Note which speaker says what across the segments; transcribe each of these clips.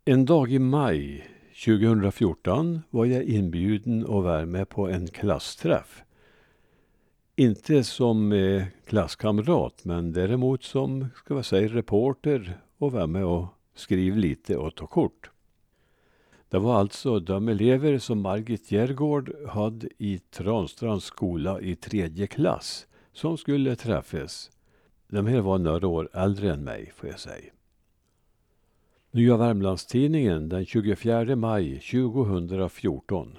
Speaker 1: En dag i maj 2014 var jag inbjuden att vara med på en klassträff. Inte som klasskamrat, men däremot som reporter och vara med och skriva lite och ta kort. Det var alltså de elever som Margit Järgård hade i Transtrands skola i 3:e klass som skulle träffas. De här var några år äldre än mig, får jag säga. Nya Värmlandstidningen den 24 maj 2014.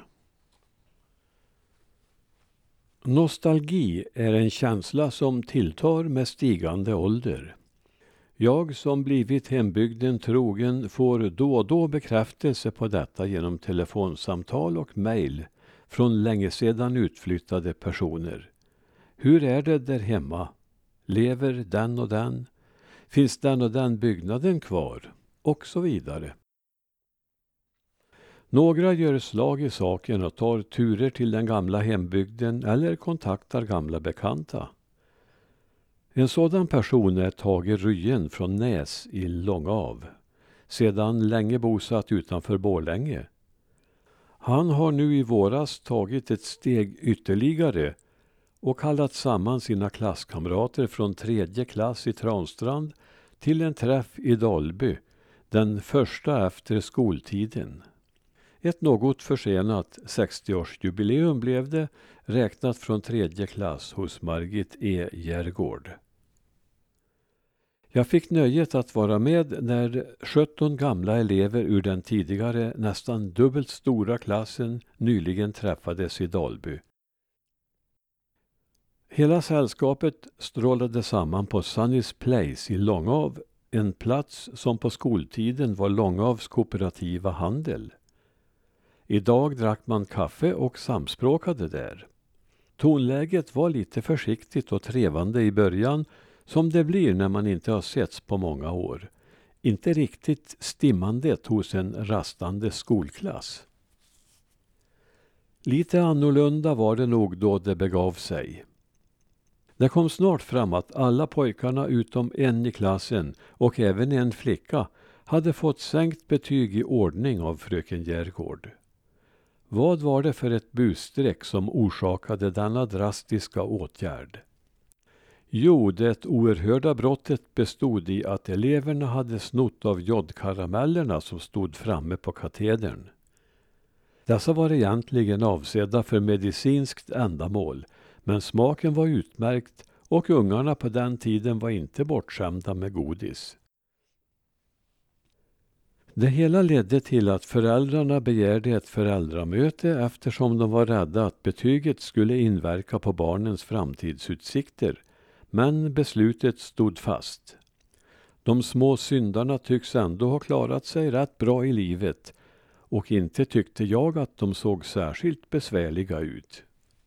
Speaker 1: Nostalgi är en känsla som tilltar med stigande ålder. Jag som blivit hembygden trogen får då och då bekräftelse på detta genom telefonsamtal och mejl från länge sedan utflyttade personer. Hur är det där hemma? Lever den och den? Finns den och den byggnaden kvar? Och så vidare. Några gör slag i saken och tar turer till den gamla hembygden eller kontaktar gamla bekanta. En sådan person är Tage Ryen från Näs i Långav, sedan länge bosatt utanför Borlänge. Han har nu i våras tagit ett steg ytterligare och kallat samman sina klasskamrater från 3:e klass i Transtrand till en träff i Dalby, den första efter skoltiden. Ett något försenat 60-årsjubileum blev det, räknat från 3:e klass hos Margit E. Järgård. Jag fick nöjet att vara med när 17 gamla elever ur den tidigare nästan dubbelt stora klassen nyligen träffades i Dalby. Hela sällskapet strålade samman på Sunny's Place i Långav, en plats som på skoltiden var Långavs kooperativa handel. Idag drack man kaffe och samspråkade där. Tonläget var lite försiktigt och trevande i början, som det blir när man inte har setts på många år. Inte riktigt stimmandet hos en rastande skolklass. Lite annorlunda var det nog då det begav sig. Det kom snart fram att alla pojkarna utom en i klassen och även en flicka hade fått sänkt betyg i ordning av fröken Järgård. Vad var det för ett busstreck som orsakade denna drastiska åtgärd? Jo, det oerhörda brottet bestod i att eleverna hade snott av jodkaramellerna som stod framme på katedern. Dessa var egentligen avsedda för medicinskt ändamål, men smaken var utmärkt och ungarna på den tiden var inte bortskämda med godis. Det hela ledde till att föräldrarna begärde ett föräldramöte eftersom de var rädda att betyget skulle inverka på barnens framtidsutsikter, men beslutet stod fast. De små syndarna tycks ändå ha klarat sig rätt bra i livet och inte tyckte jag att de såg särskilt besvärliga ut.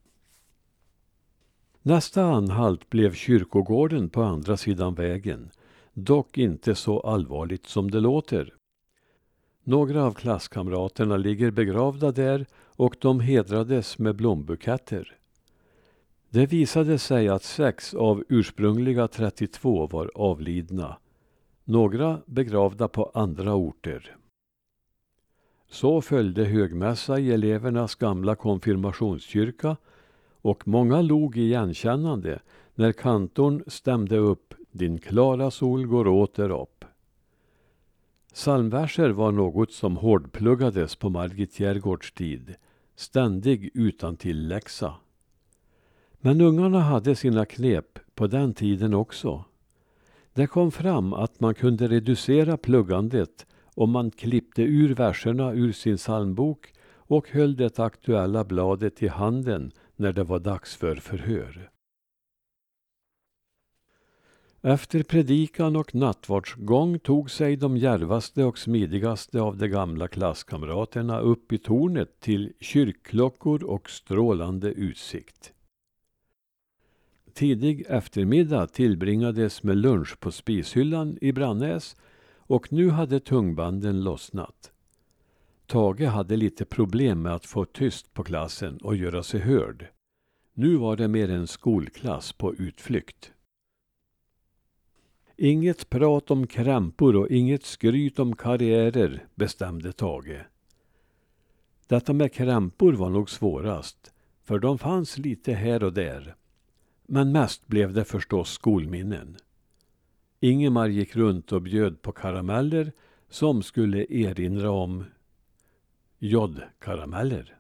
Speaker 1: Nästa anhalt blev kyrkogården på andra sidan vägen, dock inte så allvarligt som det låter. Några av klasskamraterna ligger begravda där och de hedrades med blombuketter. Det visade sig att 6 av ursprungliga 32 var avlidna, några begravda på andra orter. Så följde högmässa i elevernas gamla konfirmationskyrka och många log igenkännande när kantorn stämde upp "Din klara sol går åter upp". Psalmverser var något som hårdpluggades på Margit Järgårds tid, ständig utantilläxa. Men ungarna hade sina knep på den tiden också. Det kom fram att man kunde reducera pluggandet om man klippte ur verserna ur sin psalmbok och höll det aktuella bladet i handen när det var dags för förhör. Efter predikan och nattvardsgång tog sig de djärvaste och smidigaste av de gamla klasskamraterna upp i tornet till kyrkklockor och strålande utsikt. Tidig eftermiddag tillbringades med lunch på spishyllan i Brannäs och nu hade tungbanden lossnat. Tage hade lite problem med att få tyst på klassen och göra sig hörd. Nu var det mer en skolklass på utflykt. Inget prat om krämpor och inget skryt om karriärer, bestämde Tage. Detta med krämpor var nog svårast, för de fanns lite här och där. Men mest blev det förstås skolminnen. Ingemar gick runt och bjöd på karameller som skulle erinra om jodkarameller.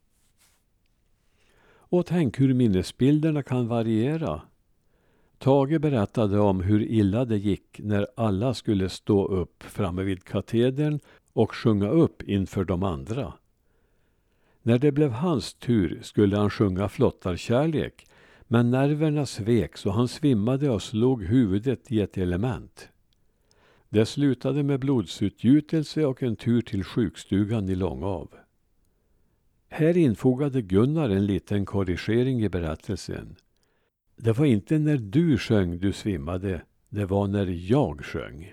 Speaker 1: Och tänk hur minnesbilderna kan variera. Tage berättade om hur illa det gick när alla skulle stå upp framme vid katedern och sjunga upp inför de andra. När det blev hans tur skulle han sjunga flottarkärlek, men nerverna svek så han svimmade och slog huvudet i ett element. Det slutade med blodsutgjutelse och en tur till sjukstugan i Långav. Här infogade Gunnar en liten korrigering i berättelsen. Det var inte när du sjöng du svimmade, det var när jag sjöng.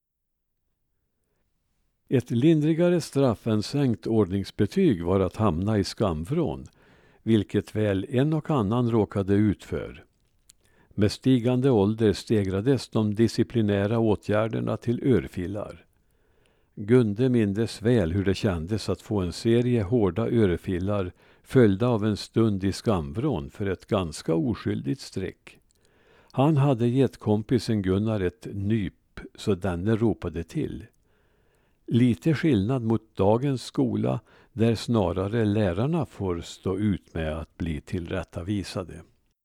Speaker 1: Ett lindrigare straff än sänkt ordningsbetyg var att hamna i skamvrån, vilket väl en och annan råkade ut för. Med stigande ålder stegrades de disciplinära åtgärderna till örfilar. Gunde mindes väl hur det kändes att få en serie hårda örfilar följda av en stund i skamvrån för ett ganska oskyldigt streck. Han hade gett kompisen Gunnar ett nyp så denne ropade till. Lite skillnad mot dagens skola där snarare lärarna får stå ut med att bli tillrättavisade.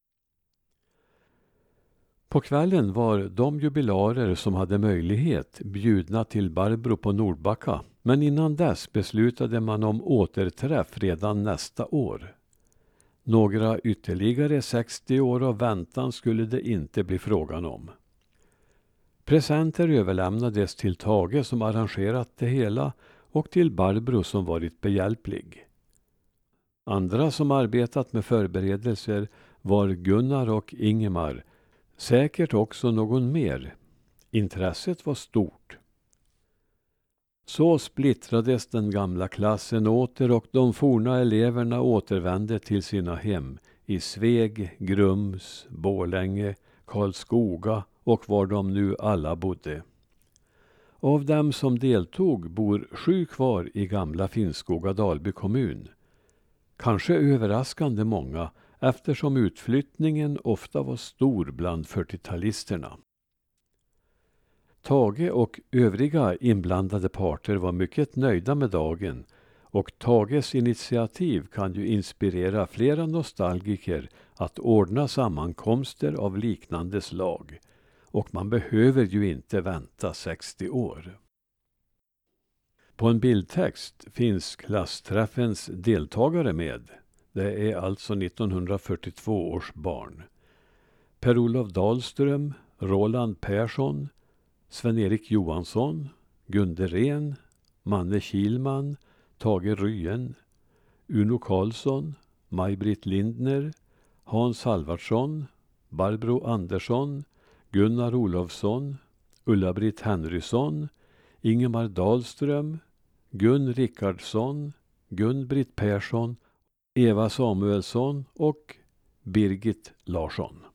Speaker 1: På kvällen var de jubilarer som hade möjlighet bjudna till Barbro på Nordbacka, men innan dess beslutade man om återträff redan nästa år. Några ytterligare 60 år av väntan skulle det inte bli frågan om. Presenter överlämnades till Tage som arrangerat det hela och till Barbro som varit behjälplig. Andra som arbetat med förberedelser var Gunnar och Ingemar, säkert också någon mer. Intresset var stort. Så splittrades den gamla klassen åter och de forna eleverna återvände till sina hem i Sveg, Grums, Borlänge, Karlskoga och var de nu alla bodde. Av dem som deltog bor 7 kvar i gamla Finnskoga Dalby kommun. Kanske överraskande många eftersom utflyttningen ofta var stor bland 40-talisterna. Tage och övriga inblandade parter var mycket nöjda med dagen och Tages initiativ kan ju inspirera flera nostalgiker att ordna sammankomster av liknande slag. Och man behöver ju inte vänta 60 år. På en bildtext finns klassträffens deltagare med. Det är alltså 1942 års barn. Per-Olof Dahlström, Roland Persson, Sven-Erik Johansson, Gunde Ren, Manne Kilman, Tage Ryen, Uno Karlsson, Maj-Britt Lindner, Hans Halvarsson, Barbro Andersson, Gunnar Olofsson, Ulla-Britt Henrysson, Ingemar Dahlström, Gun Rickardsson, Gun-Britt Persson, Eva Samuelsson och Birgit Larsson.